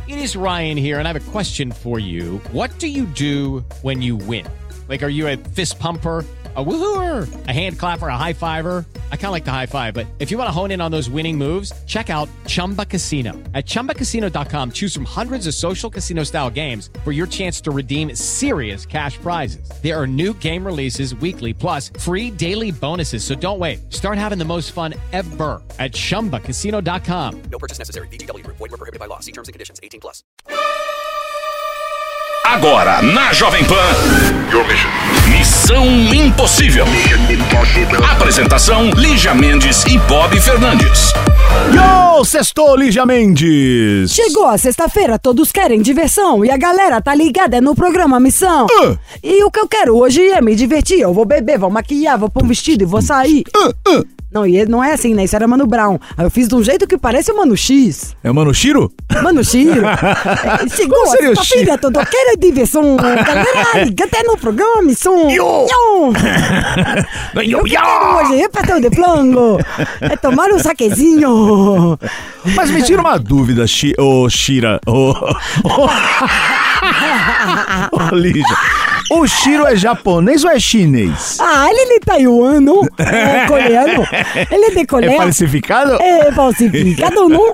It is Ryan here, and I have a question for you. What do you do when you win? Like, are you a fist pumper, a woohooer, a hand clapper, a high fiver? I kind of like the high five, but if you want to hone in on those winning moves, check out Chumba Casino. At ChumbaCasino.com, choose from hundreds of social casino-style games for your chance to redeem serious cash prizes. There are new game releases weekly, plus free daily bonuses. So don't wait. Start having the most fun ever at ChumbaCasino.com. No purchase necessary. VGW Group. Void where prohibited by law. See terms and conditions. 18+. Agora, na Jovem Pan, Missão Impossível. Apresentação, Lígia Mendes e Bob Fernandes. Yo, sextou, Lígia Mendes. Chegou a sexta-feira, todos querem diversão e a galera tá ligada no programa Missão. E o que eu quero hoje é me divertir. Eu vou beber, vou maquiar, vou pôr um vestido e vou sair. Não, e não é assim, né? Isso era Mano Brown. Aí eu fiz de um jeito que parece o Mano X. É o Mano Chiro? Mano Chiro. Chegou a sexta-feira, todo quero diversão. Galera, ligada no programa Missão. Eu quero hoje é pastel de flango. É tomar um saquezinho. Mas me tira uma dúvida, Shira. Lígia. O Shiro é japonês ou é chinês? Ele é de Taiwan, não? É coreano. Ele é de Coreia. É falsificado? É falsificado, não?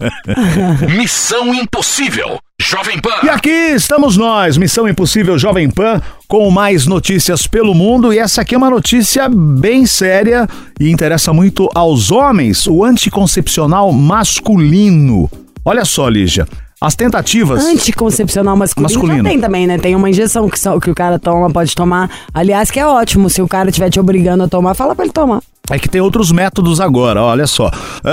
Missão Impossível, Jovem Pan. E aqui estamos nós, Missão Impossível Jovem Pan, com mais notícias pelo mundo. E essa aqui é uma notícia bem séria e interessa muito aos homens, o anticoncepcional masculino. Olha só, Lígia. As tentativas... Anticoncepcional masculino. Já tem também, né? Tem uma injeção que o cara toma, pode tomar. Aliás, que é ótimo. Se o cara estiver te obrigando a tomar, fala pra ele tomar. É que tem outros métodos agora, olha só.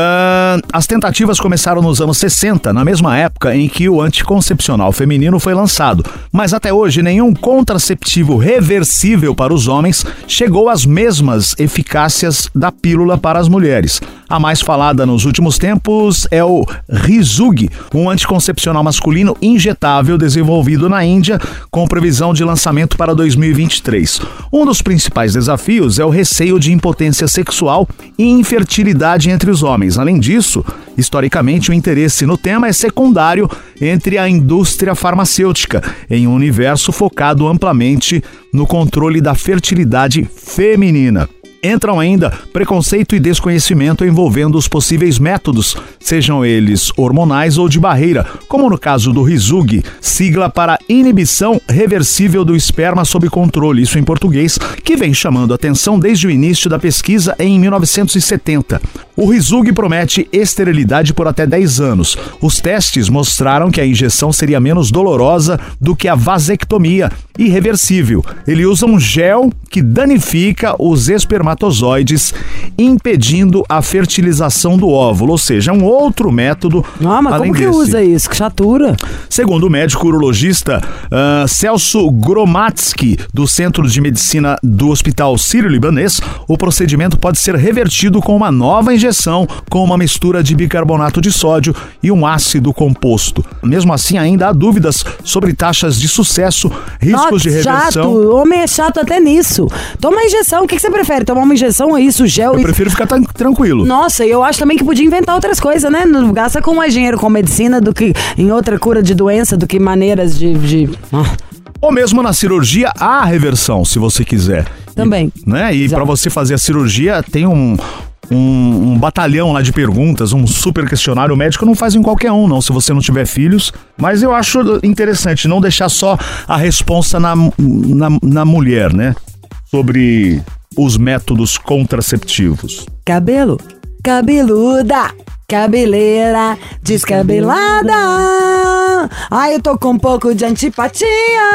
As tentativas começaram nos anos 60, na mesma época em que o anticoncepcional feminino foi lançado. Mas até hoje, nenhum contraceptivo reversível para os homens chegou às mesmas eficácias da pílula para as mulheres. A mais falada nos últimos tempos é o Rizug, um anticoncepcional masculino injetável desenvolvido na Índia, com previsão de lançamento para 2023. Um dos principais desafios é o receio de impotência sexual e infertilidade entre os homens. Além disso, historicamente, o interesse no tema é secundário entre a indústria farmacêutica, em um universo focado amplamente no controle da fertilidade feminina. Entram ainda preconceito e desconhecimento envolvendo os possíveis métodos, sejam eles hormonais ou de barreira, como no caso do Rizug, sigla para inibição reversível do esperma sob controle, isso em português, que vem chamando atenção desde o início da pesquisa em 1970. O Rizug promete esterilidade por até 10 anos. Os testes mostraram que a injeção seria menos dolorosa do que a vasectomia e reversível. Ele usa um gel que danifica os espermatozoides, impedindo a fertilização do óvulo, ou seja, um outro método. Mas além como que desse. usa isso? Que chatura. Segundo o médico urologista Celso Gromatsky, do Centro de Medicina do Hospital Sírio-Libanês, o procedimento pode ser revertido com uma nova injeção com uma mistura de bicarbonato de sódio e um ácido composto. Mesmo assim, ainda há dúvidas sobre taxas de sucesso, riscos de reversão. Chato, o homem é chato até nisso. Toma a injeção, o que você prefere? Tomar uma injeção ou isso, gel? Eu prefiro ficar tranquilo. Nossa, eu acho também que podia inventar outras coisas, né? Não gasta com mais dinheiro com medicina do que em outra cura de doença, do que maneiras de... Ou mesmo na cirurgia, há reversão, se você quiser. Também. E para você fazer a cirurgia, tem um batalhão lá de perguntas, um super questionário. O médico não faz em qualquer um, não, se você não tiver filhos. Mas eu acho interessante não deixar só a responsa na mulher, né? Sobre os métodos contraceptivos. Cabelo, cabeluda, cabeleira, descabelada. Ai, eu tô com um pouco de antipatia.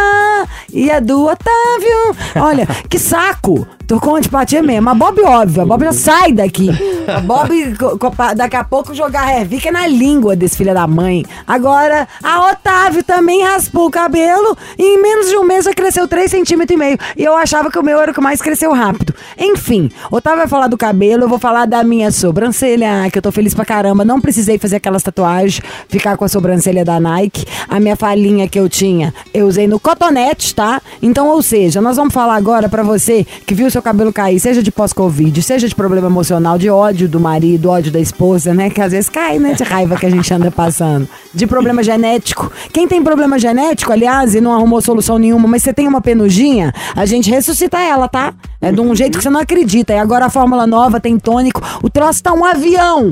E é do Otávio. Olha, que saco. Tô com antipatia mesmo. A Bob, óbvio. A Bob já sai daqui. A Bob, daqui a pouco, jogar revica na língua desse filho da mãe. Agora, a Otávio também raspou o cabelo e em menos de um mês já cresceu 3,5 cm. E eu achava que o meu era o que mais cresceu rápido. Enfim, Otávio vai falar do cabelo, eu vou falar da minha sobrancelha, que eu tô feliz pra caramba. Não precisei fazer aquelas tatuagens, ficar com a sobrancelha da Nike. A minha falhinha que eu tinha, Eu usei no Cotonete, tá? Então, ou seja, nós vamos falar agora pra você que viu seu cabelo cair, seja de pós-Covid, seja de problema emocional, de ódio do marido, ódio da esposa, né? Que às vezes cai, né? De raiva que a gente anda passando. De problema genético. Quem tem problema genético, aliás, e não arrumou solução nenhuma, mas você tem uma penugem, a gente ressuscita ela, tá? É de um jeito que você não acredita. E agora a fórmula nova tem tônico. O troço tá um avião.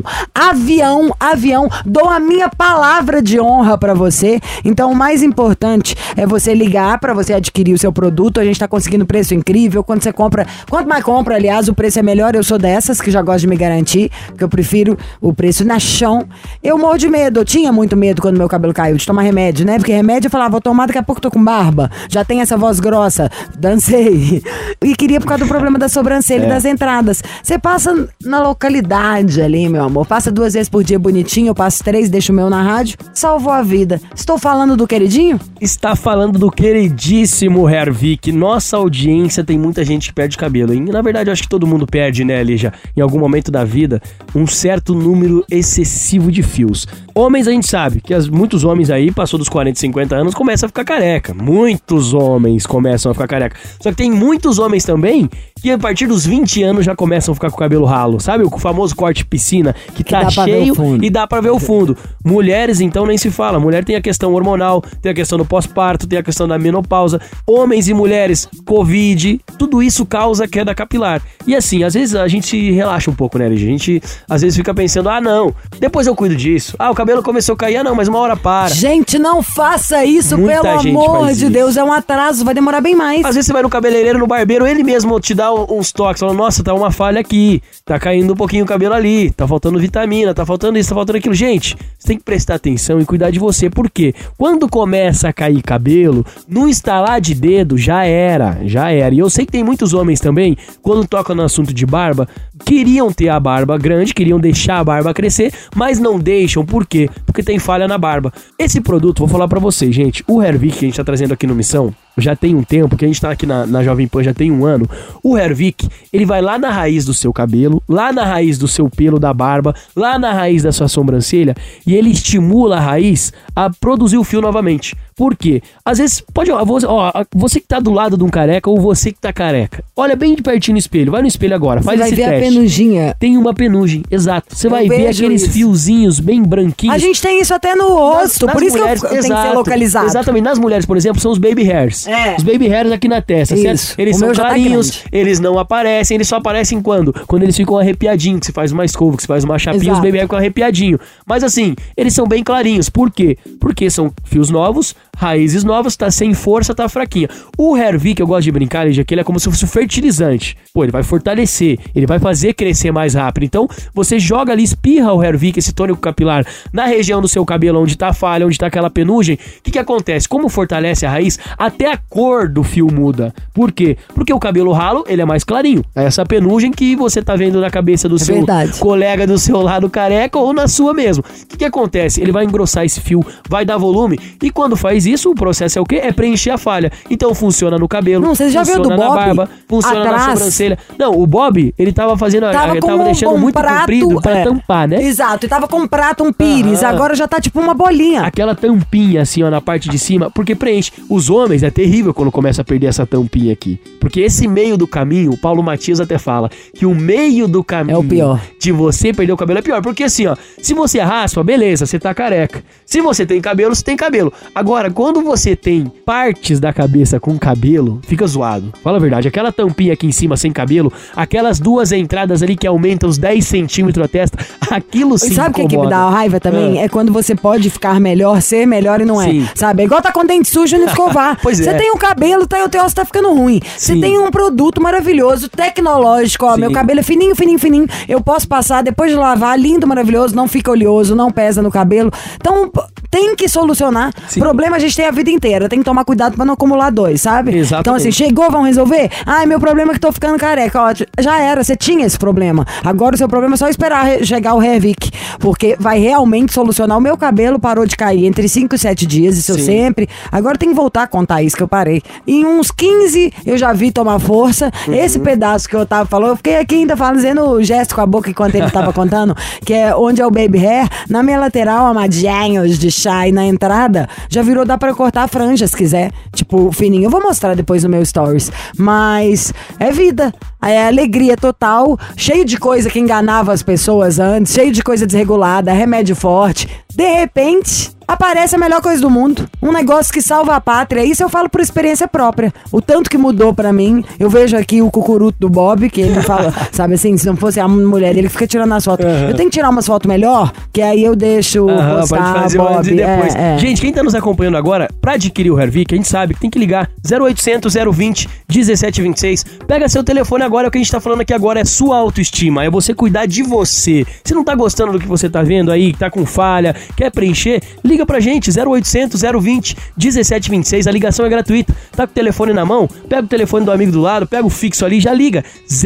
Avião. Dou a minha palavra de honra pra você. Então o mais importante é você ligar pra você adquirir o seu produto. A gente tá conseguindo preço incrível. Quando você compra, quanto mais compra, aliás, o preço é melhor. Eu sou dessas que já gosto de me garantir, porque eu prefiro o preço na chão. Eu morro de medo. Eu tinha muito medo quando meu cabelo caiu de tomar remédio, né? Porque remédio eu falava, vou tomar, daqui a pouco tô com barba. Já tem essa voz grossa. Dancei. E queria por causa do problema da sobrancelha e das entradas. Você passa na localidade ali, meu amor. Passa 2 vezes por dia bonitinho, eu passo 3, deixo o meu na rádio. Salvou a vida. Estou falando do queridinho? Está falando do queridíssimo Hervik. Nossa audiência tem muita gente que perde cabelo, hein? Na verdade, eu acho que todo mundo perde, né, Lígia? Em algum momento da vida, um certo número excessivo de fios. Homens, a gente sabe que muitos homens aí, passou dos 40, 50 anos, começam a ficar careca. Muitos homens começam a ficar careca. Só que tem muitos homens também que a partir dos 20 anos já começam a ficar com o cabelo ralo. Sabe o famoso corte piscina que tá cheio e dá pra ver o fundo. Mulheres, então, nem se fala. Mulher tem a questão hormonal, tem a questão do pós-parto, tem a questão da menopausa. Homens e mulheres, Covid, tudo isso causa queda capilar. E assim, às vezes a gente se relaxa um pouco, né, Lígia? A gente às vezes fica pensando, não, depois eu cuido disso. O cabelo começou a cair, não, mas uma hora para. Gente, não faça isso, pelo amor de Deus. É um atraso, vai demorar bem mais. Às vezes você vai no cabeleireiro, no barbeiro, ele mesmo te dá uns toques, falando, nossa, tá uma falha aqui, tá caindo um pouquinho o cabelo ali, tá faltando vitamina, tá faltando isso, tá faltando aquilo. Gente, você tem que prestar atenção e cuidar de você, porque quando começa a cair cabelo, no estalar de dedo, já era. E eu sei que tem muitos homens também, quando tocam no assunto de barba, queriam ter a barba grande, queriam deixar a barba crescer, mas não deixam, por quê? Porque tem falha na barba. Esse produto, vou falar pra vocês, gente, o Hervik que a gente tá trazendo aqui no Missão, já tem um tempo, que a gente tá aqui na Jovem Pan já tem 1 ano. O Hervik, ele vai lá na raiz do seu cabelo, lá na raiz do seu pelo da barba, lá na raiz da sua sobrancelha, e ele estimula a raiz a produzir o fio novamente. Por quê? Às vezes, você que tá do lado de um careca ou você que tá careca, olha bem de pertinho no espelho, vai no espelho agora, faz esse teste. Você vai ver a penuginha. Tem uma penugem, exato. Você vai ver aqueles fiozinhos bem branquinhos. A gente tem isso até no rosto, por isso mulheres, que eu tenho que ser localizado. Exatamente, nas mulheres, por exemplo, são os baby hairs. Os baby hairs aqui na testa, isso, certo? Eles são clarinhos, eles não aparecem, eles só aparecem quando? Quando eles ficam arrepiadinhos, que você faz uma escova, que você faz uma chapinha, os baby hairs ficam arrepiadinhos. Mas assim, eles são bem clarinhos. Por quê? Porque são fios novos, raízes novas, tá sem força, tá fraquinha. O Hervik, eu gosto de brincar, Lígia, que ele é como se fosse um fertilizante. Pô, ele vai fortalecer, ele vai fazer crescer mais rápido. Então, você joga ali, espirra o Hervik, esse tônico capilar, na região do seu cabelo, onde tá a falha, onde tá aquela penugem. O que acontece? Como fortalece a raiz, até a cor do fio muda. Por quê? Porque o cabelo ralo, ele é mais clarinho. É essa penugem que você tá vendo na cabeça do seu colega do seu lado careca ou na sua mesmo. O que acontece? Ele vai engrossar esse fio, vai dar volume, e quando faz isso, o processo é o quê? É preencher a falha. Então funciona no cabelo, não, você já viu do Bob? Na barba, funciona na sobrancelha. Não, o Bob, ele tava fazendo, ele tava deixando muito comprido pra tampar, né? Exato, e tava com um prato, um pires, agora já tá tipo uma bolinha. Aquela tampinha assim, ó, na parte de cima, porque preenche. Os homens, é terrível quando começa a perder essa tampinha aqui. Porque esse meio do caminho, o Paulo Matias até fala, que o meio do caminho é o pior. De você perder o cabelo é pior. Porque assim, ó, se você raspa, beleza, você tá careca. Se você tem cabelo, você tem cabelo. Agora, quando você tem partes da cabeça com cabelo, fica zoado. Fala a verdade, aquela tampinha aqui em cima sem cabelo, aquelas 2 entradas ali que aumentam os 10 centímetros a testa, aquilo sim. E sabe o que me dá raiva também? É quando você pode ficar melhor, ser melhor e não é. Sabe? É igual tá com dente sujo e não escovar. Você tem um cabelo, o teu osso tá ficando ruim. Você tem um produto maravilhoso, tecnológico, ó, meu cabelo é fininho, eu posso passar depois de lavar, lindo, maravilhoso, não fica oleoso, não pesa no cabelo. Então, tem que solucionar. Problema a gente tem a vida inteira, tem que tomar cuidado pra não acumular 2, sabe? Exatamente. Então assim, chegou, vão resolver? Ai, meu problema é que tô ficando careca, ó, já era, você tinha esse problema. Agora o seu problema é só esperar chegar o Hervik, porque vai realmente solucionar. O meu cabelo parou de cair entre 5 e 7 dias, isso eu sempre. Agora tem que voltar a contar isso que eu parei. Em uns 15 eu já vi tomar força. Esse pedaço que eu tava falando, eu fiquei aqui ainda fazendo o gesto com a boca enquanto ele tava contando, que é onde é o baby hair, na minha lateral, amadinhos de chá e na entrada, já virou dá pra cortar a franja se quiser. Tipo, fininho. Eu vou mostrar depois no meu stories. Mas é vida. É alegria total. Cheio de coisa que enganava as pessoas antes. Cheio de coisa desregulada. Remédio forte. De repente, aparece a melhor coisa do mundo. Um negócio que salva a pátria. Isso eu falo por experiência própria. O tanto que mudou pra mim. Eu vejo aqui o cucuruto do Bob, que ele fala, sabe assim, se não fosse a mulher, ele fica tirando as fotos. Eu tenho que tirar umas fotos melhor, que aí eu deixo postar, pode fazer Bob. antes e depois. Gente, quem tá nos acompanhando agora, pra adquirir o Hervik, a gente sabe que tem que ligar 0800 020 1726. Pega seu telefone agora, o que a gente tá falando aqui agora é sua autoestima, é você cuidar de você. Se não tá gostando do que você tá vendo aí, que tá com falha, quer preencher, liga pra gente, 0800 020 1726, a ligação é gratuita. Tá com o telefone na mão? Pega o telefone do amigo do lado, pega o fixo ali, já liga,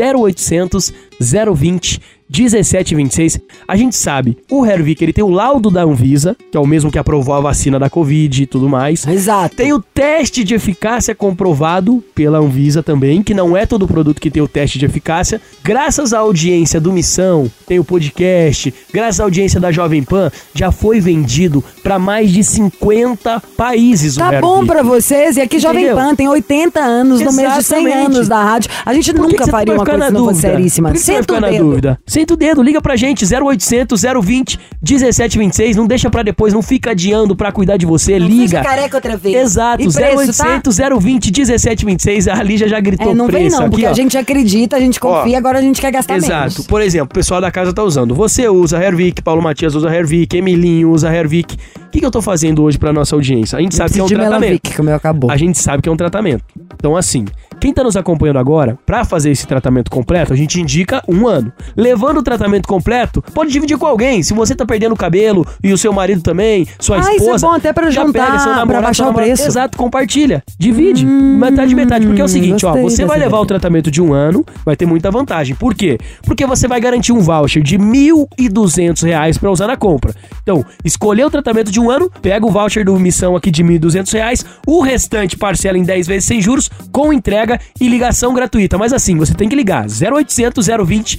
0800 020 1726. A gente sabe, o Hervik, ele tem o laudo da Anvisa, que é o mesmo que aprovou a vacina da Covid e tudo mais. Exato. Tem o teste de eficácia comprovado pela Anvisa também, que não é todo produto que tem o teste de eficácia. Graças à audiência do Missão, tem o podcast, graças à audiência da Jovem Pan, já foi vendido para mais de 50 países o Tá Hervik. bom pra vocês, e aqui Jovem Entendeu? Pan tem 80 anos, no mês de 100 Exatamente. anos da rádio. A gente Por que nunca que você faria vai uma ficar coisa na se não fosse dúvida? seríssima. Por que você vai Senta ficar o na dedo. dúvida? Senta o dedo, liga pra gente, 0800 020 1726, não deixa pra depois, não fica adiando pra cuidar de você, liga. Seja careca outra vez. Exato, E preço, tá? 0800 020 1726, a Lígia já gritou Não vem preço não, aqui, porque ó. a gente acredita, a gente confia, agora a gente quer gastar Exato. menos. Por exemplo, o pessoal da casa tá usando. Você usa Hervik, Paulo Matias usa Hervik, Emilinho usa Hervik. O que eu tô fazendo hoje pra nossa audiência? A gente sabe que é um de tratamento. Melavik, que o meu acabou. A gente sabe que é um tratamento. Então, assim, quem tá nos acompanhando agora, pra fazer esse tratamento completo, a gente indica 1 ano. Levando o tratamento completo, pode dividir com alguém. Se você tá perdendo o cabelo e o seu marido também, sua esposa... Isso é bom até pra já juntar, pega seu namorado, pra baixar sua o namorada. preço. Exato, compartilha. Divide. Metade, metade. Porque é o seguinte, ó, gostei você vai dessa levar o ideia. tratamento de 1 ano, vai ter muita vantagem. Por quê? Porque você vai garantir um voucher de R$1.200 pra usar na compra. Então, escolher o tratamento de 1 ano, pega o voucher do Missão aqui de R$1.200, o restante parcela em 10 vezes sem juros, com entrega e ligação gratuita. Mas assim, você tem que ligar 0800 020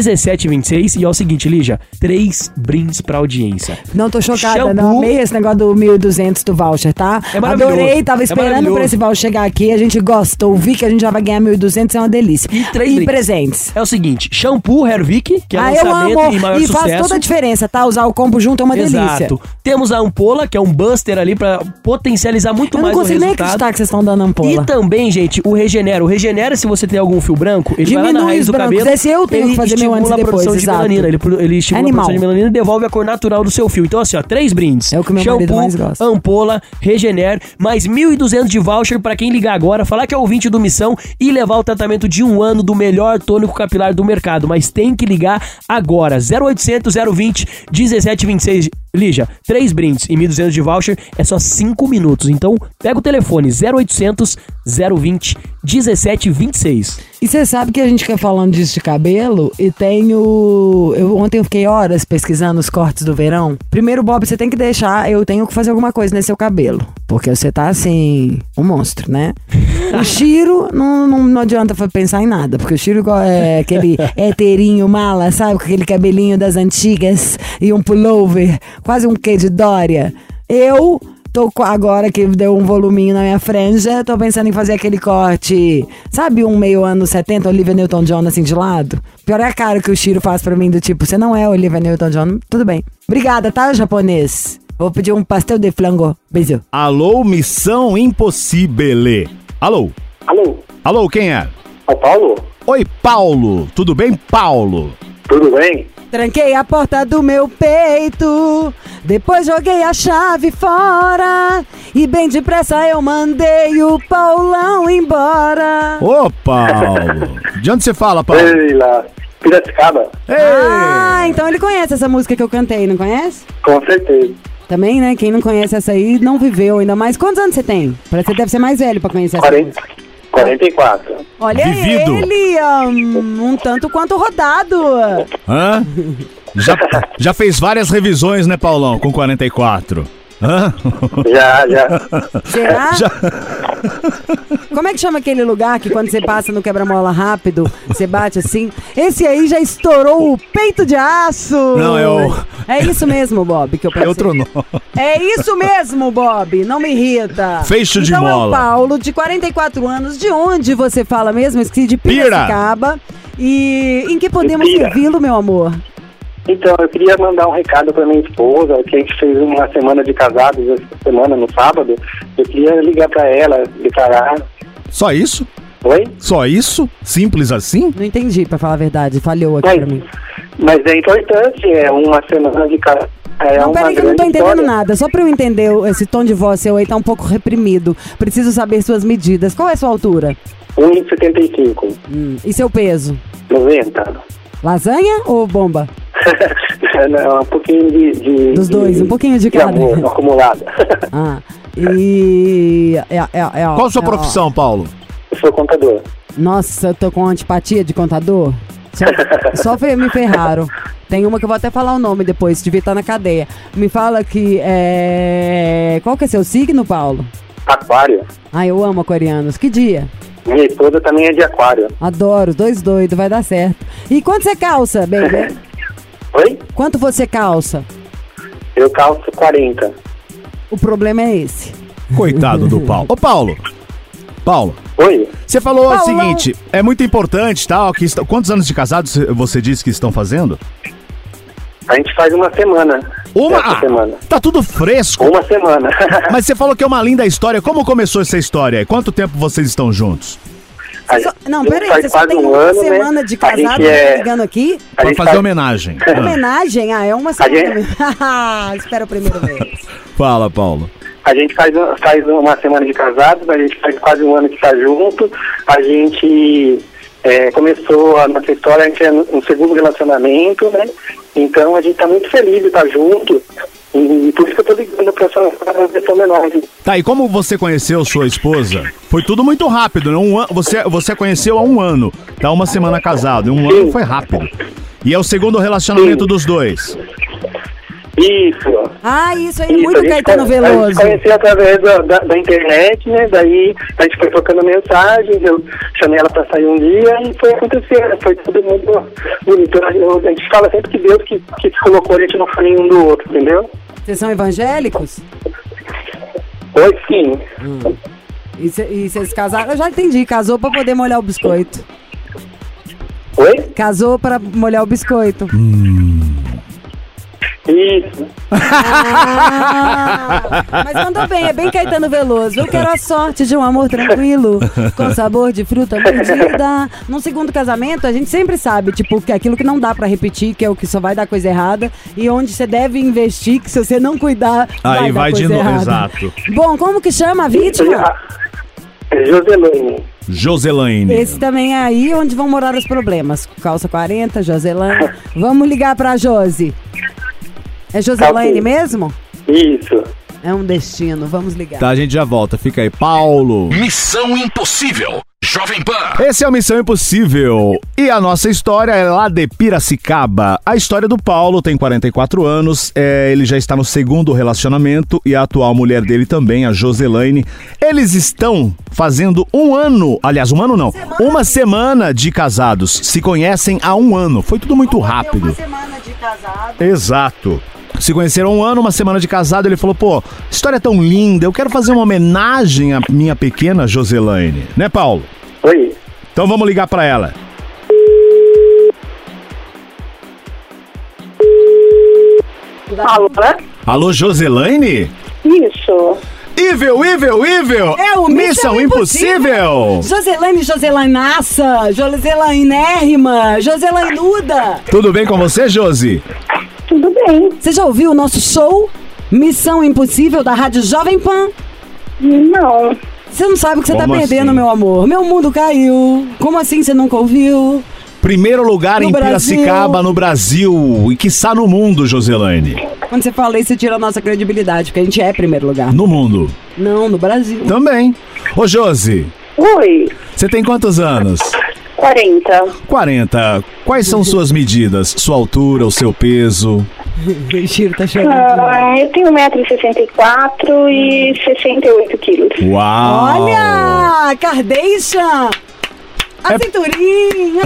1726 e é o seguinte, Lígia, 3 brindes pra audiência. Não tô chocada, Shampoo. não amei esse negócio do 1.200 do voucher, tá? É maravilhoso. Adorei, tava É esperando maravilhoso. pra esse voucher chegar aqui, a gente gostou, vi que a gente já vai ganhar 1.200, é uma delícia. E 3 drinks. presentes. É o seguinte, shampoo Hervik, que é Eu lançamento amo, e maior e faz sucesso. toda a diferença, tá? Usar o combo junto é uma delícia. Exato. Temos a ampola, que é um buster ali pra potencializar muito Eu não mais o consigo nem resultado. acreditar que vocês estão dando ampola. E também, gente, o Regenera. O Regenera, se você tem algum fio branco, ele vai lá na Diminui raiz os do brancos. cabelo. Esse eu tenho ele que fazer meu estimula antes e a produção depois, de exato. melanina. Ele estimula Animal. a produção de melanina e devolve a cor natural do seu fio. Então, assim, ó, 3 brindes. É o que meu marido mais gosta. Ampola, Regener, mais 1.200 de voucher pra quem ligar agora, falar que é ouvinte do Missão e levar o tratamento de 1 ano do melhor tônico capilar do mercado. Mas tem que ligar agora. 0800 020 1726. Lígia, 3 brindes e 1.200 de voucher é só 5 minutos. Então, pega o telefone 0800 020 1726. E você sabe que a gente quer falando disso de cabelo e ontem eu fiquei horas pesquisando os cortes do verão. Primeiro, Bob, você tem que deixar, eu tenho que fazer alguma coisa nesse seu cabelo. Porque você tá assim, um monstro, né? O Chiro, não adianta pensar em nada. Porque o Chiro é aquele heterinho mala, sabe? Com aquele cabelinho das antigas e um pullover, quase um quê de Dória. Eu tô agora que deu um voluminho na minha franja, tô pensando em fazer aquele corte, sabe, um meio anos 70, Olivia Newton-John assim de lado? Pior é a cara que o Chiro faz pra mim, do tipo, você não é Olivia Newton-John, tudo bem. Obrigada, tá, japonês? Vou pedir um pastel de flango. Beijo. Alô, Missão Impossível. Alô? Alô, Alô, quem é? é o Paulo? Oi, Paulo. Tudo bem, Paulo? Tudo bem? Tranquei a porta do meu peito, depois joguei a chave fora e bem depressa eu mandei o Paulão embora. Ô, Paulo. De onde você fala, Paulo? Ei lá, Piracicaba? Ei! Ah, então ele conhece essa música que eu cantei, não conhece? Com certeza. Também, né? Quem não conhece essa aí não viveu ainda mais. Quantos anos você tem? Parece que você deve ser mais velho pra conhecer essa música. 44. Olha Vivido. ele, um tanto quanto rodado. Hã? Já fez várias revisões, né, Paulão, com 44? Hã? Já. Será? Como é que chama aquele lugar que quando você passa no quebra-mola rápido, você bate assim? Esse aí já estourou o peito de aço! Não, é o... É isso mesmo, Bob, que eu pensei. É outro nome. É isso mesmo, Bob, não me irrita. Fecho de então mola. É o Paulo, de 44 anos, de onde você fala mesmo? Esqueci, de Piracicaba. E em que podemos Pira. servi-lo, meu amor? Então, eu queria mandar um recado para minha esposa, que a gente fez uma semana de casados essa semana, no sábado. Eu queria ligar para ela, declarar. Só isso? Oi? Só isso? Simples assim? Não entendi, pra falar a verdade, falhou aqui pra mim. Mas é importante, é uma semana de casados. Não, peraí que eu não tô entendendo nada. Só pra eu entender, esse tom de voz seu aí tá um pouco reprimido. Preciso saber suas medidas. Qual é a sua altura? 1,75. E seu peso? 90. Lasanha ou bomba? Não, um pouquinho de Dos dois, um pouquinho de cada. amor acumulado. Ah, e... Qual a sua profissão, Paulo? Eu sou contador. Nossa, eu tô com antipatia de contador. Só me ferraram. Tem uma que eu vou até falar o nome depois, devia estar na cadeia. Me fala que qual que é seu signo, Paulo? Aquário. Ah, eu amo aquarianos. Que dia? Minha esposa também é de aquário. Adoro, dois doidos, vai dar certo. E quanto você calça, baby? Oi? Quanto você calça? Eu calço 40. O problema é esse. Coitado do Paulo. Ô, Paulo, Oi? você falou o Paulo. seguinte, é muito importante, tal, que quantos anos de casados você disse que estão fazendo? A gente faz uma semana. Essa semana. Tá tudo fresco. Uma semana. Mas você falou que é uma linda história. Como começou essa história aí? Quanto tempo vocês estão juntos? Não, a gente peraí, faz você só quase tem um uma ano, semana né? de A gente casado, tá ligando aqui? a Pra gente fazer faz- homenagem. Homenagem? Ah, é uma semana gente- mesmo. Espera o primeiro mês. Fala, Paulo. A gente faz uma semana de casados, a gente faz quase um ano que tá junto. A gente começou a nossa história, a gente é no segundo relacionamento, né? Então a gente tá muito feliz de estar junto. E por isso que eu tô ligando pra essa homenagem. Tá, e como você conheceu sua esposa? Foi tudo muito rápido, né? Você conheceu há um ano, tá uma semana casado, e um ano foi rápido. E é o segundo relacionamento dos dois. Isso. Ah, isso aí, Isso, muito a gente Caetano A Veloso. gente conheceu através da internet, né? Daí a gente foi trocando mensagens, eu chamei ela pra sair um dia e foi acontecer. Foi tudo muito bonito. A gente fala sempre que Deus que se colocou, a gente não foi nenhum do outro, entendeu? Vocês são evangélicos? Oi, sim. E vocês casaram? Eu já entendi, casou pra poder molhar o biscoito. Oi? Casou pra molhar o biscoito. Isso. Mas mandou bem, é bem Caetano Veloso. Eu quero a sorte de um amor tranquilo, com sabor de fruta mordida. Num segundo casamento, a gente sempre sabe, tipo, que é aquilo que não dá pra repetir, que é o que só vai dar coisa errada, e onde você deve investir, que se você não cuidar, Aí vai dar de coisa novo, errada. exato. Bom, como que chama a vítima? Joselaine. Joselaine. Esse também é aí onde vão morar os problemas. Calça 40, Joselaine. Vamos ligar pra Josi. É Joselaine Ok. mesmo? Isso. É um destino, vamos ligar. Tá, a gente já volta. Fica aí, Paulo. Missão Impossível. Jovem Pan. Esse é o Missão Impossível. E a nossa história é lá de Piracicaba. A história do Paulo tem 44 anos. Ele já está no segundo relacionamento e a atual mulher dele também, a Joselaine. Eles estão fazendo um ano, aliás, um ano não, uma semana de casados. Se conhecem há um ano. Foi tudo muito rápido. Uma semana de casado. Exato. Se conheceram um ano, uma semana de casado, ele falou, pô, história tão linda, eu quero fazer uma homenagem à minha pequena Joselaine. Né, Paulo? Oi. Então vamos ligar pra ela. Alô, né? Alô, Joselaine? Isso. Evil! É o Missão Impossível! Joselainaça, Joselainérrima, Joselainuda. Tudo bem com você, Josi? Tudo bem. Você já ouviu o nosso show Missão Impossível da Rádio Jovem Pan? Não. Você não sabe o que você tá Como perdendo, assim? meu amor. Meu mundo caiu. Como assim você nunca ouviu? Primeiro lugar No em Brasil. Piracicaba, no Brasil, e quiçá no mundo, Joselaine. Quando você fala isso, você tira a nossa credibilidade, porque a gente é primeiro lugar. No mundo. Não, no Brasil. Também. Ô, Josi, Oi. você tem quantos anos? 40. 40. Quais são suas medidas? Sua altura, o seu peso? O Chiro tá chorando. Eu tenho 1,64 m e 68 quilos. Uau! Olha! Kardashian! A cinturinha!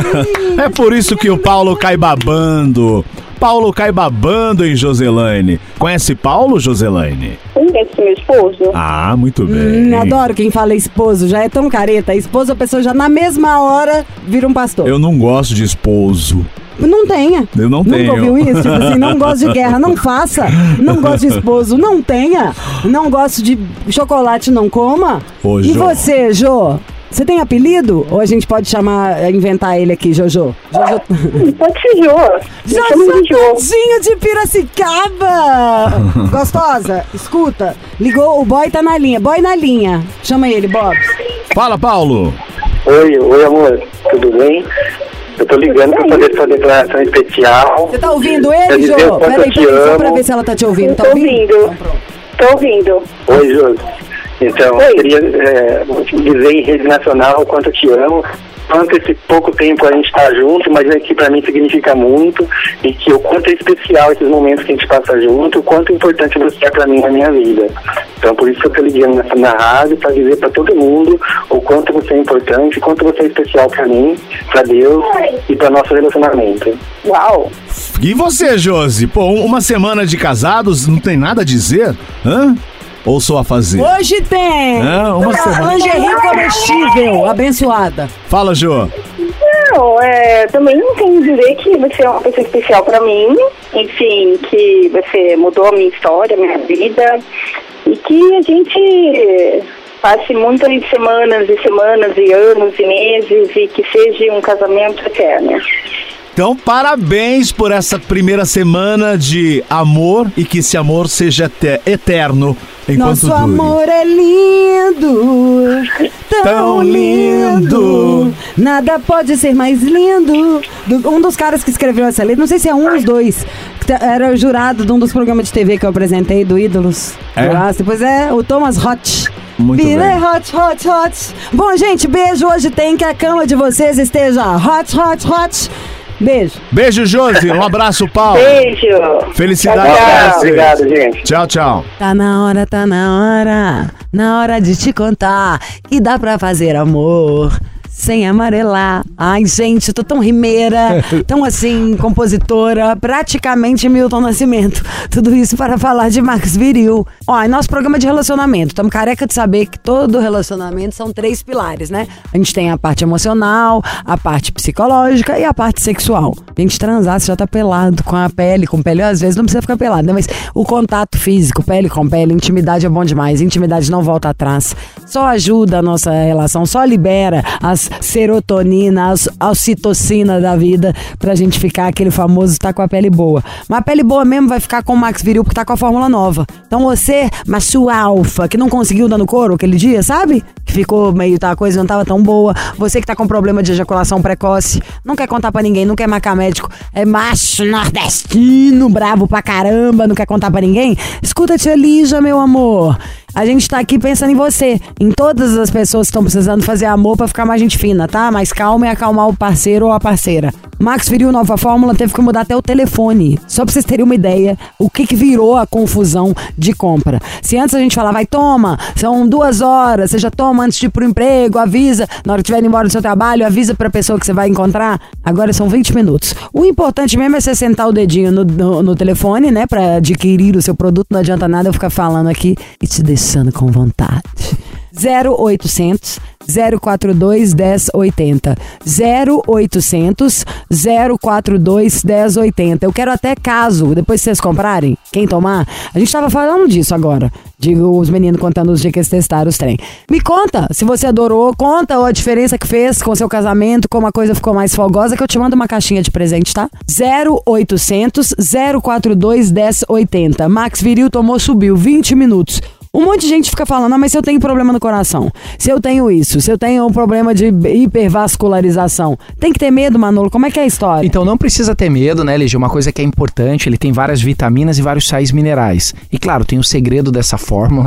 É por isso que o Paulo cai babando. Paulo cai babando em Joselaine. Conhece Paulo, Joselaine? Conheço meu esposo. Ah, muito bem. Adoro quem fala esposo, já é tão careta. Esposo, a pessoa já na mesma hora vira um pastor. Eu não gosto de esposo. Não tenha. Eu não tenho. Nunca ouviu isso? Tipo assim, não gosto de guerra, não faça. Não gosto de esposo, não tenha. Não gosto de chocolate, não coma. Ô, E Jô. você, Jô? Você tem apelido? Ou a gente pode inventar ele aqui, Jojo? Pode ser Jô. Me chamo de Jô. Jojozinho de Piracicaba! Gostosa, escuta. Ligou, o boy tá na linha. Boy na linha. Chama ele, Bob. Fala, Paulo. Oi, amor. Tudo bem? Eu tô ligando pra fazer essa declaração especial. Você tá ouvindo Quer ele, dizer Jô? o quanto eu Peraí, te só pra amo. ver se ela tá te ouvindo. Tá Tô ouvindo? ouvindo. Então, pronto. Tô ouvindo. Oi, Jô. Então, Oi. eu queria dizer em rede nacional o quanto eu te amo. Quanto esse pouco tempo a gente tá junto, mas é que pra mim significa muito. E que o quanto é especial esses momentos que a gente passa junto, o quanto é importante você é pra mim na minha vida. Então, por isso que eu tô ligando na rádio pra dizer pra todo mundo o quanto você é importante, o quanto você é especial pra mim, pra Deus e pra nosso relacionamento. Uau. E você, Josi? Pô, uma semana de casados, não tem nada a dizer? Hã? Ou só a fazer? Hoje tem! Uma semana. Lingerie comestível, abençoada. Fala, Jô. Não, também não tenho que dizer que você é uma pessoa especial pra mim. Enfim, que você mudou a minha história, a minha vida. E que a gente passe muitas semanas e semanas e anos e meses e que seja um casamento eterno. Então, parabéns por essa primeira semana de amor e que esse amor seja eterno enquanto Nosso dure. amor é lindo, tão lindo, nada pode ser mais lindo. Um dos caras que escreveu essa letra, não sei se é um dos dois, que era o jurado de um dos programas de TV que eu apresentei, do Ídolos. É? Depois é o Thomas Hot. Muito Bem bem. hot. Bom, gente, beijo. Hoje tem que a cama de vocês esteja hot. Beijo. Beijo, Josi. Um abraço, Paulo. Beijo. Felicidade Tchau, pra tchau. vocês. Obrigado, gente. Tchau, tchau. Tá na hora de te contar que dá pra fazer amor sem amarelar. Ai, gente, eu tô tão rimeira, tão assim, compositora, praticamente Milton Nascimento. Tudo isso para falar de Max Viril. Ó, é nosso programa de relacionamento. Estamos careca de saber que todo relacionamento são 3 pilares, né? A gente tem a parte emocional, a parte psicológica e a parte sexual. A gente transar, você já tá pelado, com a pele, com pele, às vezes não precisa ficar pelado, né? Mas o contato físico, pele com pele, intimidade é bom demais. Intimidade não volta atrás. Só ajuda a nossa relação, só libera as serotonina, a ocitocina da vida pra gente ficar aquele famoso tá com a pele boa. Mas a pele boa mesmo vai ficar com o Max Viril porque tá com a fórmula nova. Então você, macho alfa, que não conseguiu dar no couro aquele dia, sabe? Que ficou meio, a coisa não tava tão boa. Você que tá com problema de ejaculação precoce, não quer contar pra ninguém, não quer marcar médico, é macho nordestino, bravo pra caramba, não quer contar pra ninguém? Escuta a tia Lígia, meu amor. A gente tá aqui pensando em você, em todas as pessoas que estão precisando fazer amor pra ficar mais gente fina, tá? Mais calma e acalmar o parceiro ou a parceira. Max Viril Nova Fórmula teve que mudar até o telefone. Só pra vocês terem uma ideia, o que virou a confusão de compra. Se antes a gente falava, vai, toma, são 2 horas, você já toma antes de ir pro emprego, avisa, na hora que estiver indo embora do seu trabalho, avisa pra pessoa que você vai encontrar. Agora são 20 minutos. O importante mesmo é você sentar o dedinho no telefone, né, pra adquirir o seu produto. Não adianta nada eu ficar falando aqui e te deixando com vontade. 0800 042 1080 0800 042 1080. Eu quero até caso, depois que vocês comprarem, quem tomar, a gente tava falando disso agora. Digo, os meninos contando os dias que eles testaram os trem. Me conta se você adorou, conta a diferença que fez com o seu casamento, como a coisa ficou mais fogosa, que eu te mando uma caixinha de presente, tá? 0800 042 1080. Max Viril tomou, subiu 20 minutos. Um monte de gente fica falando, mas se eu tenho problema no coração, se eu tenho isso, se eu tenho um problema de hipervascularização, tem que ter medo, Manolo? Como é que é a história? Então não precisa ter medo, né, Lígia? Uma coisa que é importante, ele tem várias vitaminas e vários sais minerais. E claro, tem o segredo dessa fórmula, que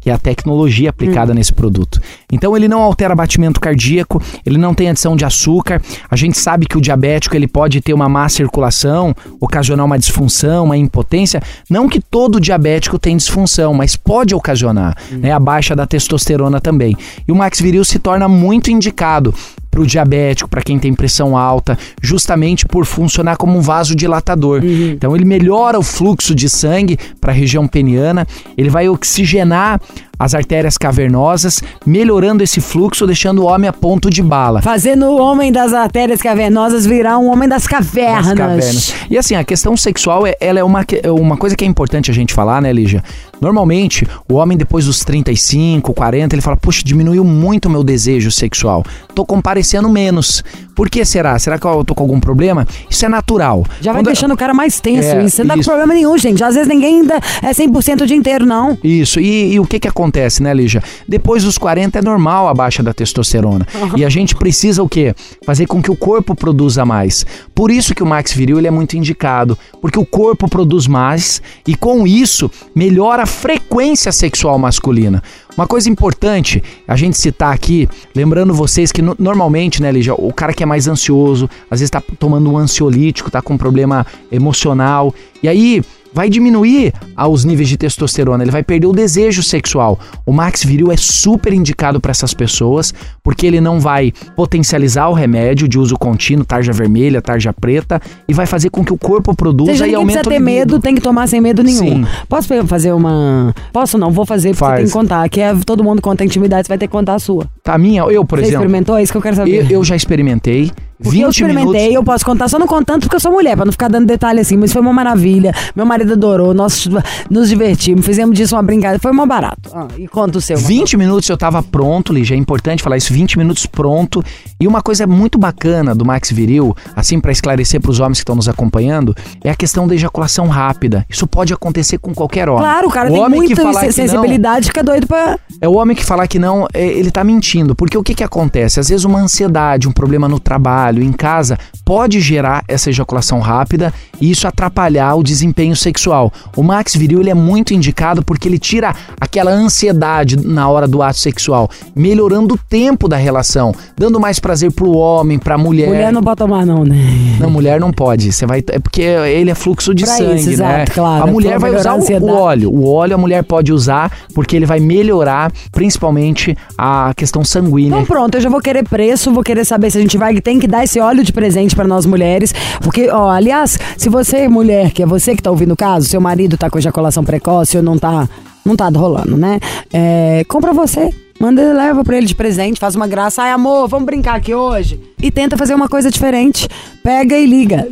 que é a tecnologia aplicada nesse produto. Então ele não altera batimento cardíaco, ele não tem adição de açúcar. A gente sabe que o diabético ele pode ter uma má circulação, ocasionar uma disfunção, uma impotência. Não que todo diabético tem disfunção, mas pode ocasionar, né, a baixa da testosterona também. E o Max Viril se torna muito indicado para o diabético, para quem tem pressão alta, justamente por funcionar como um vasodilatador. Então ele melhora o fluxo de sangue para a região peniana, ele vai oxigenar as artérias cavernosas, melhorando esse fluxo, deixando o homem a ponto de bala. Fazendo o homem das artérias cavernosas virar um homem das cavernas. E assim, a questão sexual, ela é uma coisa que é importante a gente falar, né, Lígia? Normalmente, o homem depois dos 35, 40, ele fala, puxa, diminuiu muito o meu desejo sexual. Tô comparecendo menos. Por que será? Será que eu tô com algum problema? Isso é natural. Já vai deixando o cara mais tenso. Isso não dá problema nenhum, gente. Às vezes ninguém ainda é 100% o dia inteiro, não. Isso. E o que acontece, né, Lígia? Depois dos 40 é normal a baixa da testosterona. E a gente precisa o quê? Fazer com que o corpo produza mais. Por isso que o Max Viril ele é muito indicado. Porque o corpo produz mais e com isso melhora a frequência sexual masculina. Uma coisa importante a gente citar aqui, lembrando vocês que normalmente, né, Lígia, o cara que é mais ansioso, às vezes tá tomando um ansiolítico, tá com um problema emocional, e aí vai diminuir os níveis de testosterona, ele vai perder o desejo sexual. O Max Viril é super indicado para essas pessoas, porque ele não vai potencializar o remédio de uso contínuo, tarja vermelha, tarja preta, e vai fazer com que o corpo produza e aumente o libido. Precisa ter medo, tem que tomar sem medo nenhum. Sim. Posso fazer uma... Posso não, vou fazer, porque você tem que contar, que todo mundo conta intimidade, você vai ter que contar a sua. Tá, a minha? Eu, por exemplo... Você experimentou? É isso que eu quero saber. Eu já experimentei. Porque eu experimentei, minutos. Eu posso contar, só não contando porque eu sou mulher, pra não ficar dando detalhe assim, mas foi uma maravilha. Meu marido adorou, nós nos divertimos, fizemos disso uma brincadeira, foi mó barato. E conta o seu. 20 minutos eu tava pronto, Lígia, é importante falar isso, 20 minutos pronto. E uma coisa muito bacana do Max Viril, assim pra esclarecer pros homens que estão nos acompanhando, é a questão da ejaculação rápida. Isso pode acontecer com qualquer homem. Claro, o cara tem muita sensibilidade, fica doido pra... É o homem que falar que não, ele tá mentindo, porque o que acontece? Às vezes uma ansiedade, um problema no trabalho, em casa, pode gerar essa ejaculação rápida e isso atrapalhar o desempenho sexual. O Max Viril ele é muito indicado porque ele tira aquela ansiedade na hora do ato sexual, melhorando o tempo da relação, dando mais prazer pro homem, pra mulher. Mulher não pode tomar não, né? Não, mulher não pode. É porque ele é fluxo de sangue, isso, né? Exato, claro. A mulher vai usar o óleo. O óleo a mulher pode usar porque ele vai melhorar principalmente a questão sanguínea. Então pronto, eu já vou querer preço, vou querer saber se a gente tem que dar esse óleo de presente pra nós mulheres, porque, aliás, se você, mulher, que é você que tá ouvindo o caso, seu marido tá com ejaculação precoce ou não tá rolando, né? Compra você. Manda, leva pra ele de presente, faz uma graça. Ai, amor, vamos brincar aqui hoje. E tenta fazer uma coisa diferente. Pega e liga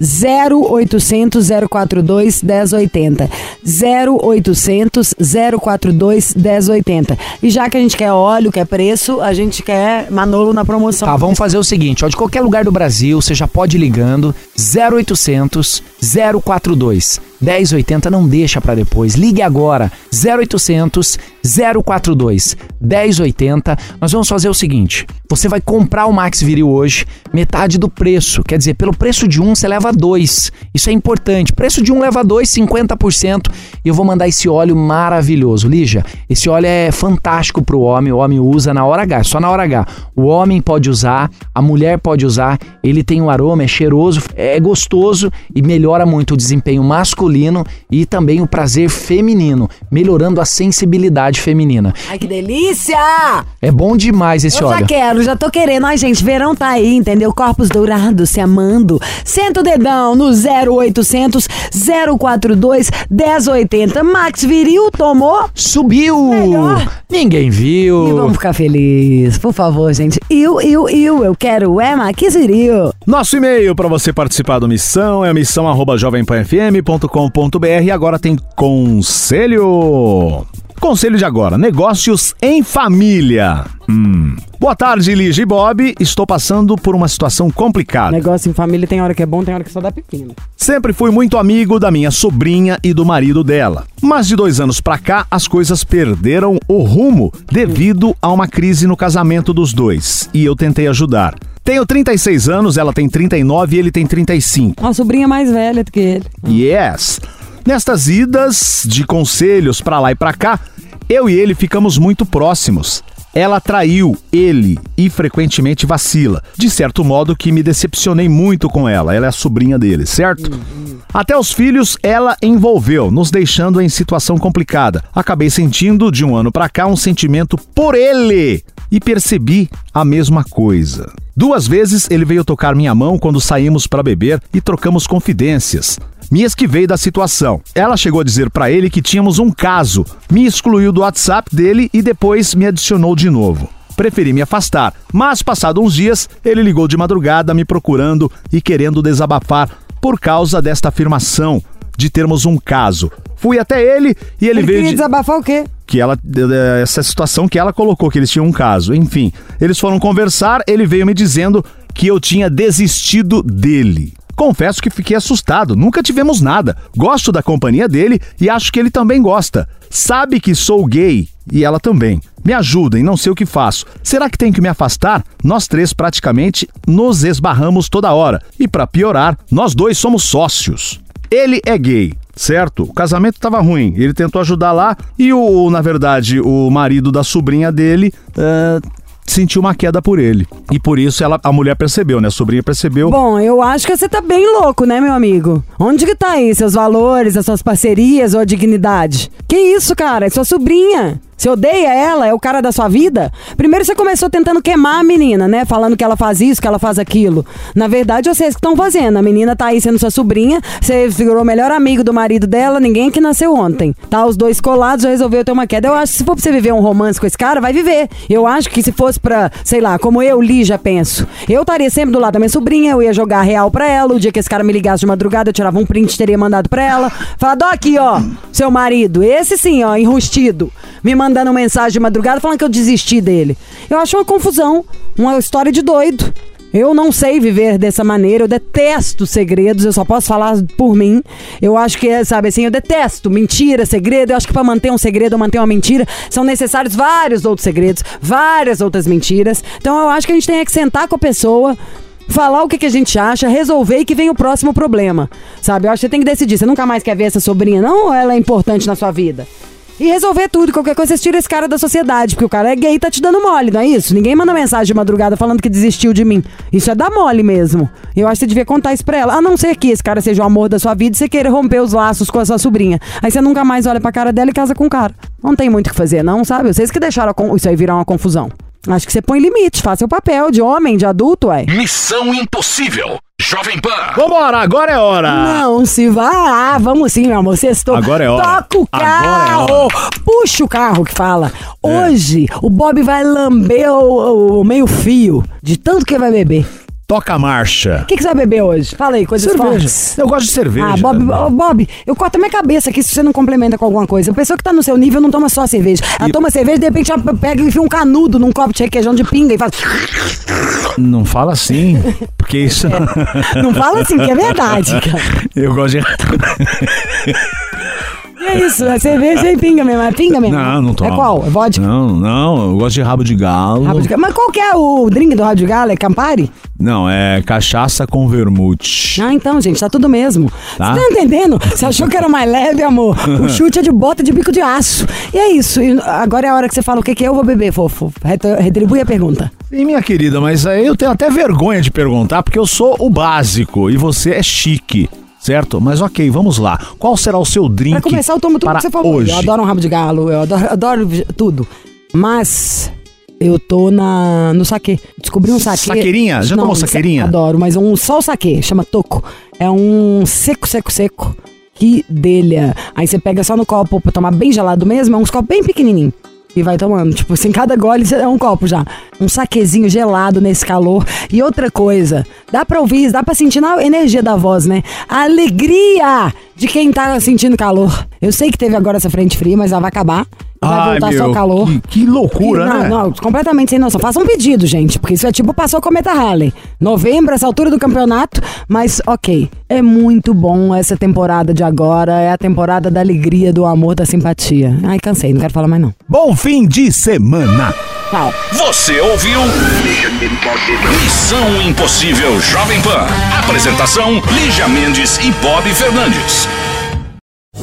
0800 042 1080. 0800 042 1080. E já que a gente quer óleo, quer preço, a gente quer Manolo na promoção. Tá, vamos fazer o seguinte, de qualquer lugar do Brasil, você já pode ir ligando 0800 042 1080, não deixa pra depois. Ligue agora, 0800 042 1080. Nós vamos fazer o seguinte, você vai comprar o Max Viril hoje, metade do preço, quer dizer, pelo preço de um você leva 2, isso é importante, preço de um leva 2, 50%, e eu vou mandar esse óleo maravilhoso. Lígia, esse óleo é fantástico pro homem, o homem usa na hora H, só na hora H, o homem pode usar, a mulher pode usar, ele tem um aroma, é cheiroso, é gostoso e melhora muito o desempenho masculino e também o prazer feminino, melhorando a sensibilidade feminina. Ai, que delícia! É bom demais esse óleo. Já tô querendo. Ai, gente, verão tá aí, entendeu? Corpos dourados se amando. Senta o dedão no 0800 042 1080. Max Viril tomou? Subiu! Melhor. Ninguém viu. E vamos ficar felizes, por favor, gente. Eu quero Max Viril. Nosso e-mail para você participar do Missão é missão@jovempanfm.com.br e agora tem conselho. Conselho de agora, negócios em família. Boa tarde, Lígia e Bob. Estou passando por uma situação complicada. Negócio em família tem hora que é bom, tem hora que só dá pepino. Sempre fui muito amigo da minha sobrinha e do marido dela. Mas de 2 anos pra cá, as coisas perderam o rumo devido a uma crise no casamento dos dois. E eu tentei ajudar. Tenho 36 anos, ela tem 39 e ele tem 35. Uma sobrinha mais velha do que ele. Yes! Nestas idas de conselhos pra lá e pra cá, Eu e ele ficamos muito próximos. Ela traiu ele e frequentemente vacila. De certo modo que me decepcionei muito com ela. Ela é a sobrinha dele, certo? Até os filhos ela envolveu, nos deixando em situação complicada. Acabei sentindo, de um ano pra cá, um sentimento por ele. E percebi a mesma coisa. 2 vezes ele veio tocar minha mão quando saímos pra beber e trocamos confidências. Me esquivei da situação. Ela chegou a dizer pra ele que tínhamos um caso. Me excluiu do WhatsApp dele e depois me adicionou de novo. Preferi me afastar, mas passados uns dias, ele ligou de madrugada me procurando e querendo desabafar por causa desta afirmação de termos um caso. Fui até ele e ele veio queria desabafar o quê? Que ela, essa situação que ela colocou, que eles tinham um caso. Enfim, eles foram conversar, ele veio me dizendo que eu tinha desistido dele. Confesso que fiquei assustado, nunca tivemos nada. Gosto da companhia dele e acho que ele também gosta. Sabe que sou gay e ela também. Me ajudem, não sei o que faço. Será que tenho que me afastar? Nós 3 praticamente nos esbarramos toda hora. E pra piorar, nós 2 somos sócios. Ele é gay, certo? O casamento tava ruim, ele tentou ajudar lá e na verdade, o marido da sobrinha dele sentiu uma queda por ele. E por isso a mulher percebeu, né? A sobrinha percebeu. Bom, eu acho que você tá bem louco, né, meu amigo? Onde que tá aí seus valores, as suas parcerias ou a dignidade? Que isso, cara? É sua sobrinha. Você odeia ela? É o cara da sua vida? Primeiro você começou tentando queimar a menina, né? Falando que ela faz isso, que ela faz aquilo. Na verdade, vocês que estão fazendo. A menina tá aí sendo sua sobrinha, você virou o melhor amigo do marido dela, ninguém que nasceu ontem. Tá os 2 colados, já resolveu ter uma queda. Eu acho que se for pra você viver um romance com esse cara, vai viver. Eu acho que se fosse pra, sei lá, como eu, Lígia, penso. Eu estaria sempre do lado da minha sobrinha, eu ia jogar real pra ela. O dia que esse cara me ligasse de madrugada, eu tirava um print, teria mandado pra ela. Falado, ó aqui, ó, seu marido. Esse sim, ó, enrustido. Me mandando mensagem de madrugada falando que eu desisti dele. Eu acho uma confusão, uma história de doido. Eu não sei viver dessa maneira, eu detesto segredos, eu só posso falar por mim. Eu acho que, sabe assim, eu detesto mentira, segredo. Eu acho que pra manter um segredo ou manter uma mentira, são necessários vários outros segredos, várias outras mentiras. Então eu acho que a gente tem que sentar com a pessoa, falar o que a gente acha, resolver e que vem o próximo problema, sabe? Eu acho que você tem que decidir, você nunca mais quer ver essa sobrinha, não, ou ela é importante na sua vida? E resolver tudo, qualquer coisa você tira esse cara da sociedade, porque o cara é gay e tá te dando mole, não é isso? Ninguém manda mensagem de madrugada falando que desistiu de mim. Isso é dar mole mesmo. Eu acho que você devia contar isso pra ela. A não ser que esse cara seja o amor da sua vida e você queira romper os laços com a sua sobrinha. Aí você nunca mais olha pra cara dela e casa com o cara. Não tem muito o que fazer, não, sabe? Vocês que deixaram isso aí virar uma confusão. Acho que você põe limite, faça o papel de homem, de adulto, ué. Missão Impossível. Jovem Pan. Vambora, agora é hora. Não se vá. Vamos sim, meu amor. Sextou. Agora é hora. Toca o carro. Agora é hora. Puxa o carro que fala. Hoje, o Bob vai lamber o meio fio de tanto que vai beber. Toca a marcha. O que você vai beber hoje? Fala aí, coisas fortes. Eu gosto de cerveja. Ah, Bob, eu corto a minha cabeça aqui se você não complementa com alguma coisa. A pessoa que tá no seu nível não toma só cerveja. Ela toma cerveja e de repente ela pega e enfia um canudo num copo de requeijão de pinga e faz... Não fala assim, porque isso... Não fala assim, que é verdade, cara. Eu gosto de... E é isso, é cerveja e pinga mesmo. É pinga mesmo? Não tomo. É qual? É vodka? Não, eu gosto de rabo de galo. Mas qual que é o drink do rabo de galo? É Campari? Não, é cachaça com vermute. Ah, então, gente, tá tudo mesmo. Tá? Você tá entendendo? Você achou que era mais leve, amor? O chute é de bota de bico de aço. E é isso. E agora é a hora que você fala o que eu vou beber, fofo. Retribui a pergunta. Sim, minha querida, mas aí eu tenho até vergonha de perguntar, porque eu sou o básico e você é chique. Certo? Mas ok, vamos lá. Qual será o seu drink? Pra começar, eu tomo tudo para que você falou. Hoje? Eu adoro um rabo de galo, eu adoro tudo. Mas eu tô no saquê. Descobri um saquê. Saqueirinha? Já tomou saqueirinha? Adoro, mas só o saquê, chama toco. É um seco. Que delha. Aí você pega só no copo pra tomar bem gelado mesmo, é uns copos bem pequenininhos. E vai tomando, tipo assim, cada gole é um copo já. Um saquezinho gelado nesse calor. E outra coisa, dá pra ouvir, dá pra sentir na energia da voz, né? A alegria de quem tá sentindo calor. Eu sei que teve agora essa frente fria, mas ela vai acabar. Vai voltar só calor. Que loucura, né? Não, completamente sem noção. Faça um pedido, gente, porque isso é tipo passou cometa Halley. Novembro, essa altura do campeonato, mas ok. É muito bom essa temporada de agora, é a temporada da alegria, do amor, da simpatia. Ai, cansei, não quero falar mais não. Bom fim de semana. Tchau. Você ouviu? Missão Impossível Jovem Pan. Apresentação: Lígia Mendes e Bob Fernandes.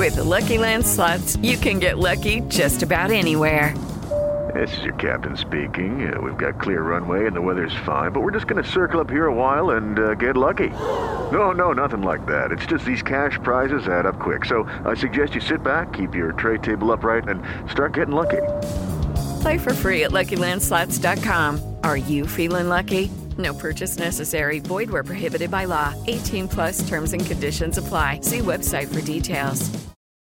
With the Lucky Land Slots, you can get lucky just about anywhere. This is your captain speaking. We've got clear runway and the weather's fine, but we're just going to circle up here a while and get lucky. No, nothing like that. It's just these cash prizes add up quick. So I suggest you sit back, keep your tray table upright, and start getting lucky. Play for free at LuckyLandSlots.com. Are you feeling lucky? No purchase necessary. Void where prohibited by law. 18+ terms and conditions apply. See website for details.